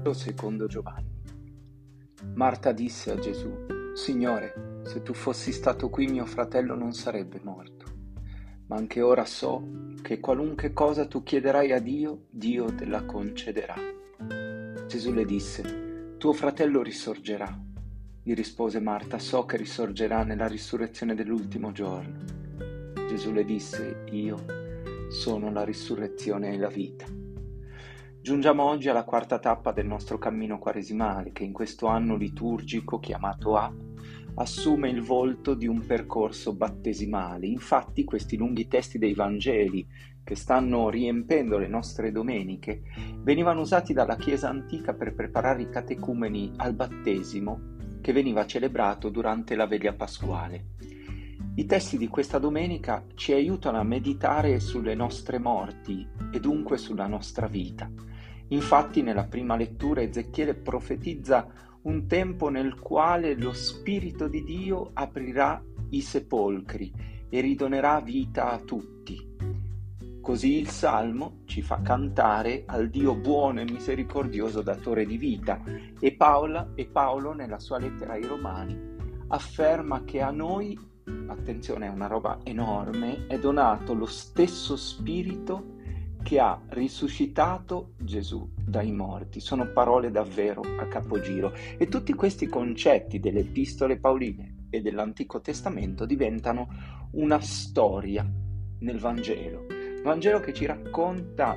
Secondo Giovanni. Marta disse a Gesù: Signore, se tu fossi stato qui mio fratello non sarebbe morto. Ma anche ora so che qualunque cosa tu chiederai a Dio, Dio te la concederà. Gesù le disse: Tuo fratello risorgerà. Gli rispose Marta: So che risorgerà nella risurrezione dell'ultimo giorno. Gesù le disse: Io sono la risurrezione e la vita. Giungiamo oggi alla quarta tappa del nostro cammino quaresimale, che in questo anno liturgico chiamato A assume il volto di un percorso battesimale. Infatti questi lunghi testi dei Vangeli che stanno riempendo le nostre domeniche venivano usati dalla Chiesa antica per preparare i catecumeni al battesimo che veniva celebrato durante la veglia pasquale. I testi di questa domenica ci aiutano a meditare sulle nostre morti e dunque sulla nostra vita. Infatti nella prima lettura Ezechiele profetizza un tempo nel quale lo Spirito di Dio aprirà i sepolcri e ridonerà vita a tutti. Così il Salmo ci fa cantare al Dio buono e misericordioso datore di vita e Paolo nella sua lettera ai Romani afferma che a noi, attenzione, è una roba enorme, è donato lo stesso Spirito che ha risuscitato Gesù dai morti. Sono parole davvero a capogiro. E tutti questi concetti delle epistole pauline e dell'Antico Testamento diventano una storia nel Vangelo. Vangelo che ci racconta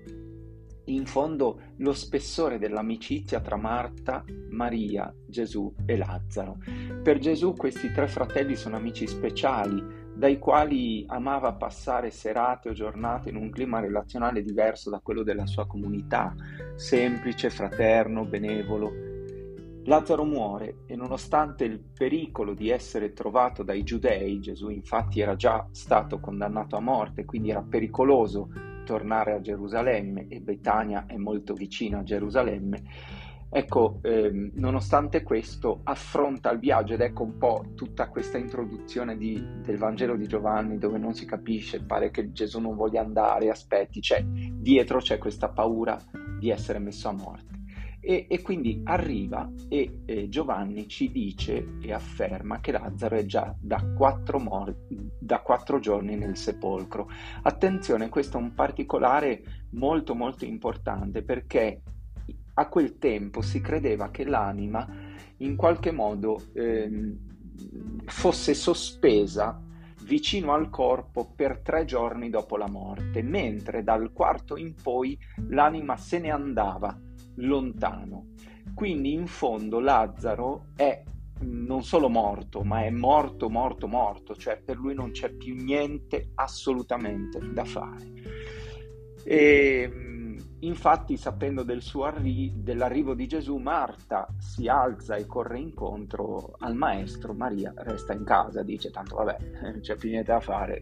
in fondo lo spessore dell'amicizia tra Marta, Maria, Gesù e Lazzaro. Per Gesù questi tre fratelli sono amici speciali, dai quali amava passare serate o giornate in un clima relazionale diverso da quello della sua comunità, semplice, fraterno, benevolo. Lazzaro muore e nonostante il pericolo di essere trovato dai giudei, Gesù infatti era già stato condannato a morte, quindi era pericoloso tornare a Gerusalemme e Betania è molto vicina a Gerusalemme. Ecco, nonostante questo affronta il viaggio ed ecco un po' tutta questa introduzione del Vangelo di Giovanni dove non si capisce, pare che Gesù non voglia andare, aspetti, dietro c'è questa paura di essere messo a morte. E quindi arriva e Giovanni ci dice e afferma che Lazzaro è già da 4 giorni nel sepolcro. Attenzione, questo è un particolare molto molto importante perché a quel tempo si credeva che l'anima in qualche modo fosse sospesa vicino al corpo per 3 giorni dopo la morte, mentre dal quarto in poi l'anima se ne andava lontano. Quindi in fondo Lazzaro è non solo morto, ma è morto, cioè per lui non c'è più niente assolutamente da fare. E infatti, sapendo dell'arrivo di Gesù, Marta si alza e corre incontro al maestro, Maria resta in casa, dice tanto vabbè, non c'è più niente da fare.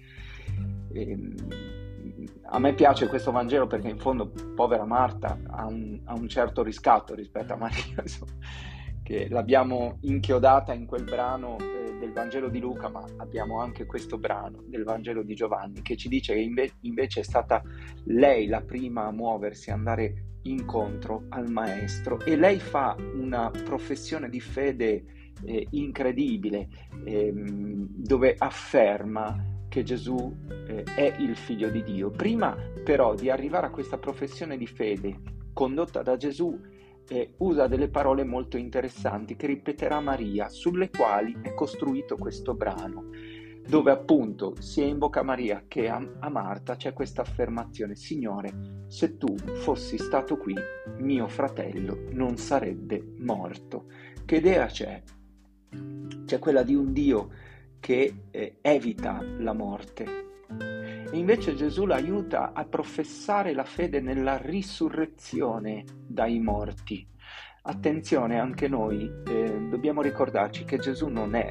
A me piace questo Vangelo perché in fondo povera Marta ha un certo riscatto rispetto a Maria, che l'abbiamo inchiodata in quel brano del Vangelo di Luca, ma abbiamo anche questo brano del Vangelo di Giovanni che ci dice che invece è stata lei la prima a muoversi, andare incontro al maestro, e lei fa una professione di fede incredibile, dove afferma che Gesù è il figlio di Dio. Prima però di arrivare a questa professione di fede condotta da Gesù, usa delle parole molto interessanti che ripeterà Maria, sulle quali è costruito questo brano, dove appunto sia in bocca a Maria che a Marta c'è questa affermazione: Signore, se tu fossi stato qui, mio fratello non sarebbe morto. Che idea c'è? C'è quella di un Dio che evita la morte. E invece Gesù l'aiuta a professare la fede nella risurrezione dai morti. Attenzione, anche noi dobbiamo ricordarci che Gesù non è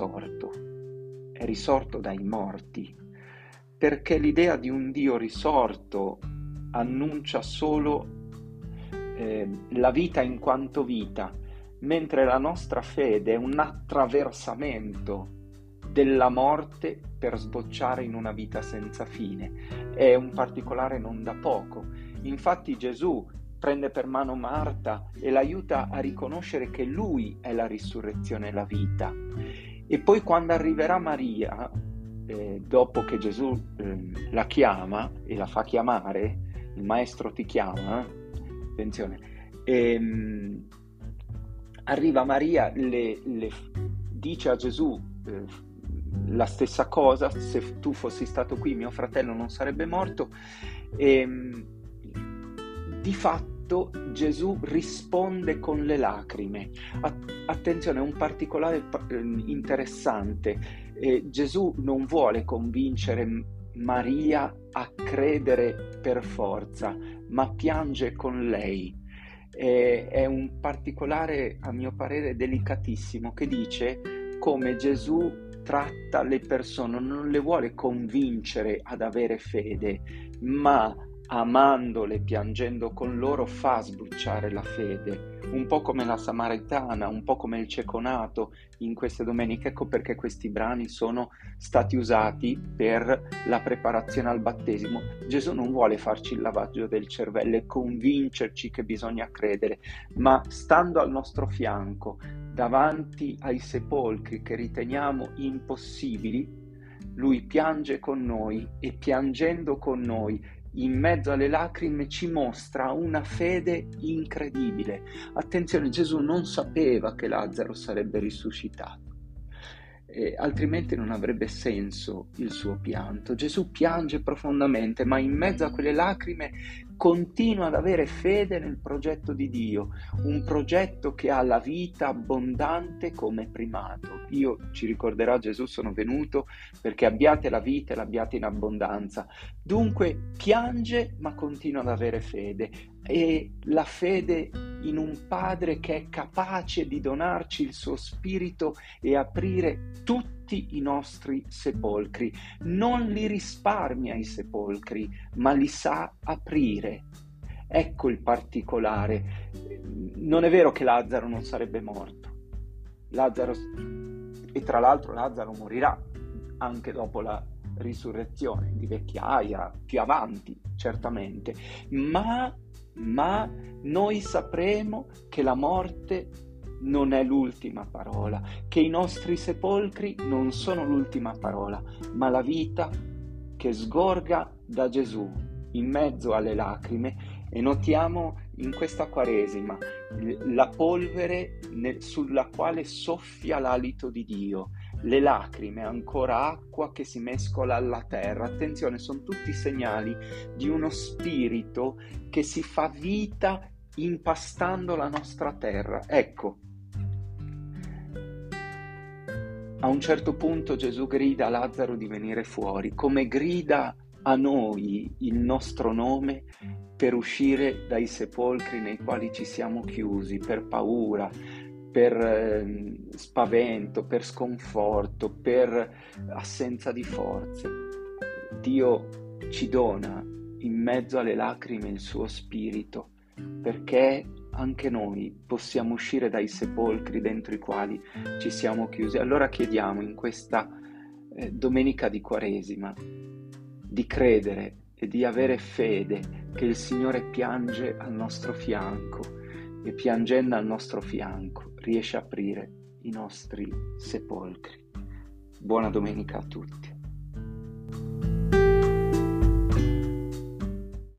risorto dai morti, perché l'idea di un Dio risorto annuncia solo la vita in quanto vita, mentre la nostra fede è un attraversamento della morte per sbocciare in una vita senza fine. È un particolare non da poco. Infatti Gesù prende per mano Marta e l'aiuta a riconoscere che lui è la risurrezione e la vita. E poi quando arriverà Maria, dopo che Gesù la chiama e la fa chiamare, il maestro ti chiama, attenzione, arriva Maria, le dice a Gesù la stessa cosa: se tu fossi stato qui mio fratello non sarebbe morto. Di fatto Gesù risponde con le lacrime. Attenzione, un particolare interessante. Gesù non vuole convincere Maria a credere per forza, ma piange con lei. È un particolare, a mio parere, delicatissimo, che dice come Gesù tratta le persone, non le vuole convincere ad avere fede, ma amandole, piangendo con loro, fa sbruciare la fede, un po' come la Samaritana, un po' come il cieco nato in queste domeniche. Ecco perché questi brani sono stati usati per la preparazione al battesimo. Gesù non vuole farci il lavaggio del cervello e convincerci che bisogna credere, ma stando al nostro fianco, davanti ai sepolcri che riteniamo impossibili, lui piange con noi e piangendo con noi, in mezzo alle lacrime, ci mostra una fede incredibile. Attenzione, Gesù non sapeva che Lazzaro sarebbe risuscitato, altrimenti non avrebbe senso il suo pianto. Gesù piange profondamente, ma in mezzo a quelle lacrime continua ad avere fede nel progetto di Dio, un progetto che ha la vita abbondante come primato. Ci ricorderà Gesù, sono venuto perché abbiate la vita e l'abbiate in abbondanza. Dunque piange, ma continua ad avere fede, e la fede in un Padre che è capace di donarci il suo spirito e aprire tutti i nostri sepolcri. Non li risparmia i sepolcri, ma li sa aprire. Ecco il particolare. Non è vero che Lazzaro non sarebbe morto. E tra l'altro Lazzaro morirà anche dopo la risurrezione, di vecchiaia, più avanti, certamente. Ma noi sapremo che la morte non è l'ultima parola, che i nostri sepolcri non sono l'ultima parola, ma la vita che sgorga da Gesù in mezzo alle lacrime. E notiamo in questa Quaresima la polvere sulla quale soffia l'alito di Dio, le lacrime, ancora acqua che si mescola alla terra. Attenzione, sono tutti segnali di uno spirito che si fa vita impastando la nostra terra. Ecco, a un certo punto Gesù grida a Lazzaro di venire fuori, come grida a noi il nostro nome per uscire dai sepolcri nei quali ci siamo chiusi, per paura, per spavento, per sconforto, per assenza di forze. Dio ci dona in mezzo alle lacrime il suo spirito, perché anche noi possiamo uscire dai sepolcri dentro i quali ci siamo chiusi. Allora chiediamo in questa domenica di Quaresima di credere e di avere fede che il Signore piange al nostro fianco, e piangendo al nostro fianco riesce a aprire i nostri sepolcri. Buona domenica a tutti.